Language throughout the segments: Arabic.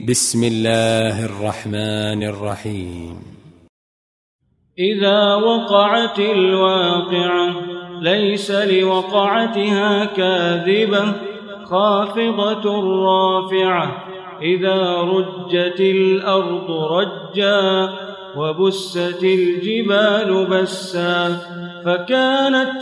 بسم الله الرحمن الرحيم. إذا وقعت الواقعة ليس لوقعتها كاذبة خافضة رافعة إذا رجت الأرض رجا وبست الجبال بسا فكانت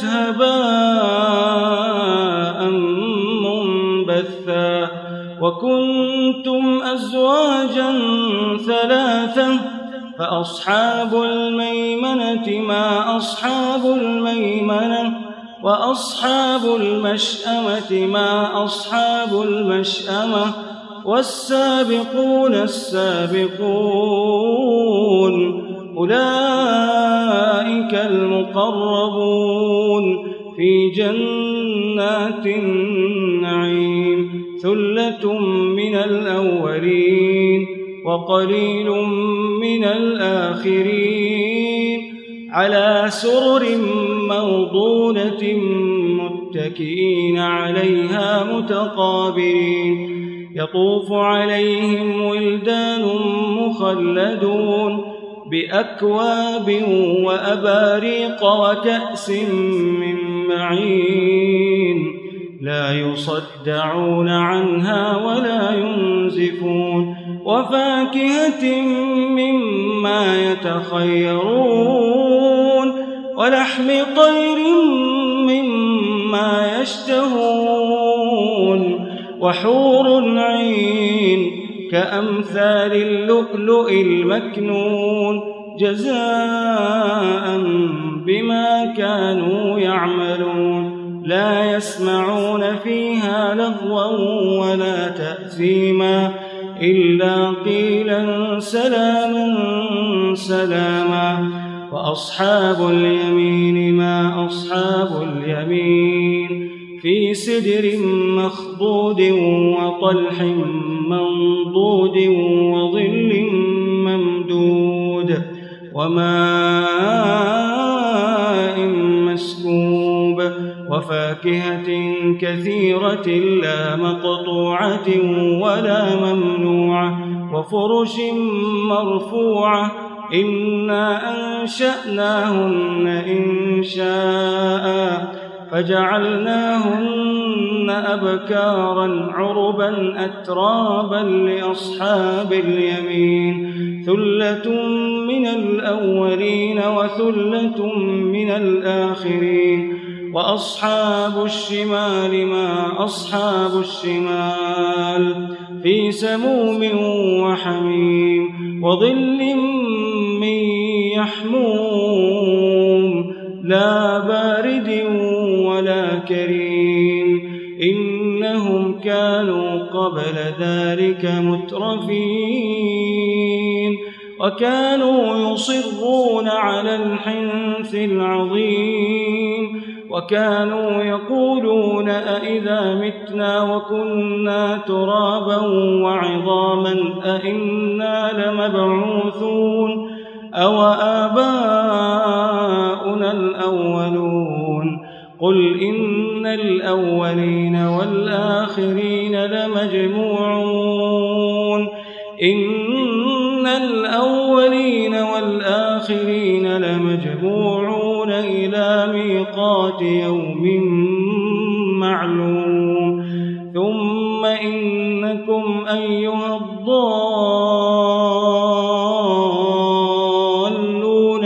هباء منبثا وكنتم أزواجا ثلاثة فأصحاب الميمنة ما أصحاب الميمنة وأصحاب المشأمة ما أصحاب المشأمة والسابقون السابقون أولئك المقربون في جنات النعيم ثلة من الأولين وقليل من الآخرين على سرر موضونة متكئين عليها متقابلين يطوف عليهم ولدان مخلدون بأكواب وأباريق وكأس من معين لا يصدعون عنها ولا ينزفون وفاكهة مما يتخيرون ولحم طير مما يشتهون وحور عين كأمثال اللؤلؤ المكنون جزاء بما كانوا يعملون لا يسمعون فيها لغوا ولا تأثيما إلا قيلا سلاما سلاما وأصحاب اليمين ما أصحاب اليمين في سدر مخضود وطلح منضود وظل ممدود وماء مسكوب وفاكهة كثيرة لا مقطوعة ولا ممنوعة وفرش مرفوعة إنا أنشأناهن إنشاء فجعلناهن أبكارا عربا أترابا لأصحاب اليمين ثلة من الأولين وثلة من الآخرين وأصحاب الشمال ما أصحاب الشمال في سموم وحميم وظل من يحموم لا بارد ولا كريم إنهم كانوا قبل ذلك مترفين وكانوا يصرون على الحنث العظيم وكانوا يقولون أئذا متنا وكنا ترابا وعظاما أئنا لمبعوثون أو آباؤنا الأولون قل إن الأولين والآخرين لمجموعون إلى ميقات يوم معلوم ثم إنكم أيها الضالون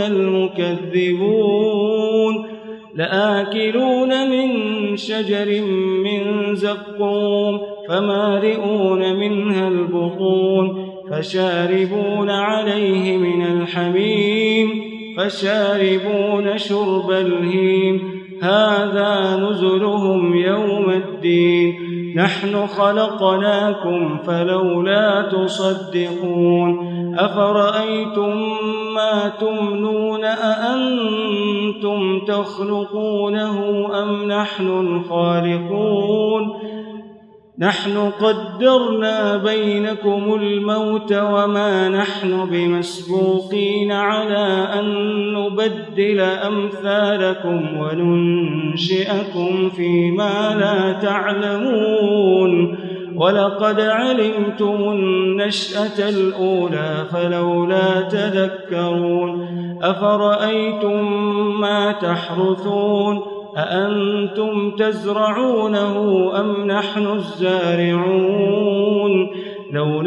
المكذبون لآكلون من شجر من زقوم فمالئون منها البطون فشاربون عليه من الحميم فشاربون شرب الهيم هذا نزلهم يوم الدين نحن خلقناكم فلولا تصدقون أفرأيتم ما تمنون أأنتم تخلقونه أم نحن الخالقون نحن قدرنا بينكم الموت وما نحن بمسبوقين على أن نبدل أمثالكم وننشئكم فيما لا تعلمون ولقد علمتم النشأة الأولى فلولا تذكرون أفرأيتم ما تحرثون أأنتم تزرعونه أم نحن الزارعون لو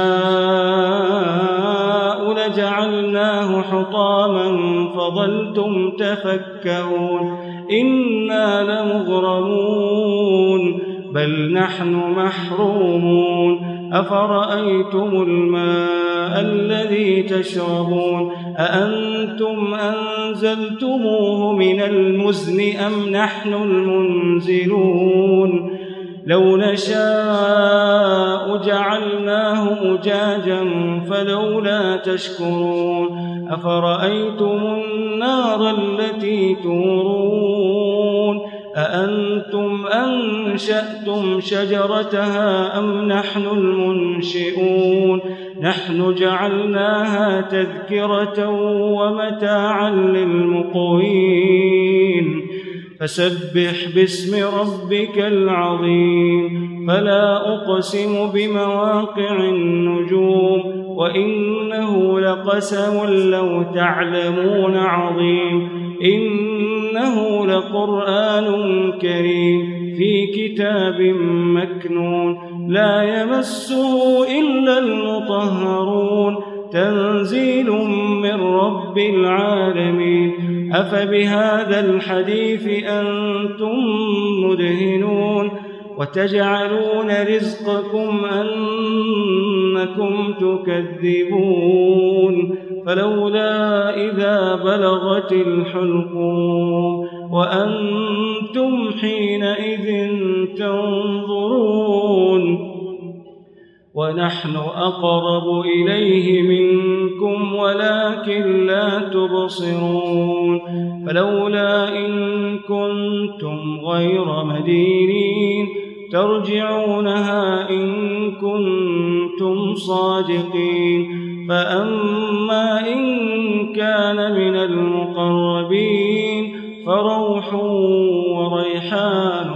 نشاء لجعلناه حطاما فظلتم تفكهون إنا لمغرمون بل نحن محرومون أفرأيتم الماء الذي تشربون أأنتم أنزلتموه من المزن أم نحن المنزلون لو نشاء جعلناه أجاجا فلولا تشكرون أفرأيتم النار التي تورون أأنتم أنشأتم شجرتها أم نحن المنشئون نحن جعلناها تذكرة ومتاعا للمقوين فسبح باسم ربك العظيم فلا أقسم بمواقع النجوم وإنه لقسم لو تعلمون عظيم إنه لقرآن كريم في كتاب مكنون لا يمسه إلا المطهرون تنزيل من رب العالمين أفبهذا الحديث أنتم مدهنون وتجعلون رزقكم أنكم تكذبون فلولا إذا بلغت الحلقوم وأنتم حينئذ تنظرون ونحن أقرب إليه منكم ولكن لا تبصرون فلولا إن كنتم غير مدينين ترجعونها إن كنتم صادقين فأما إن كان من المقربين فروح وريحان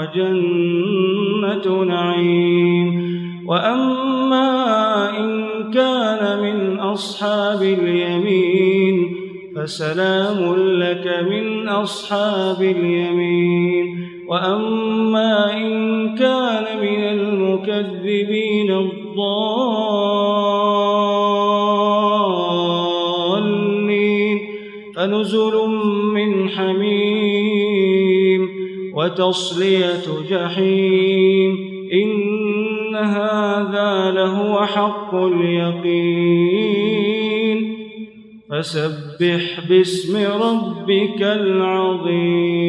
وجنة نعيم وأما إن كان من أصحاب اليمين فسلام لك من أصحاب اليمين وأما إن كان من المكذبين الضالين فنزل من حميم وتصلية جحيم إن هذا لهو حق اليقين فسبح باسم ربك العظيم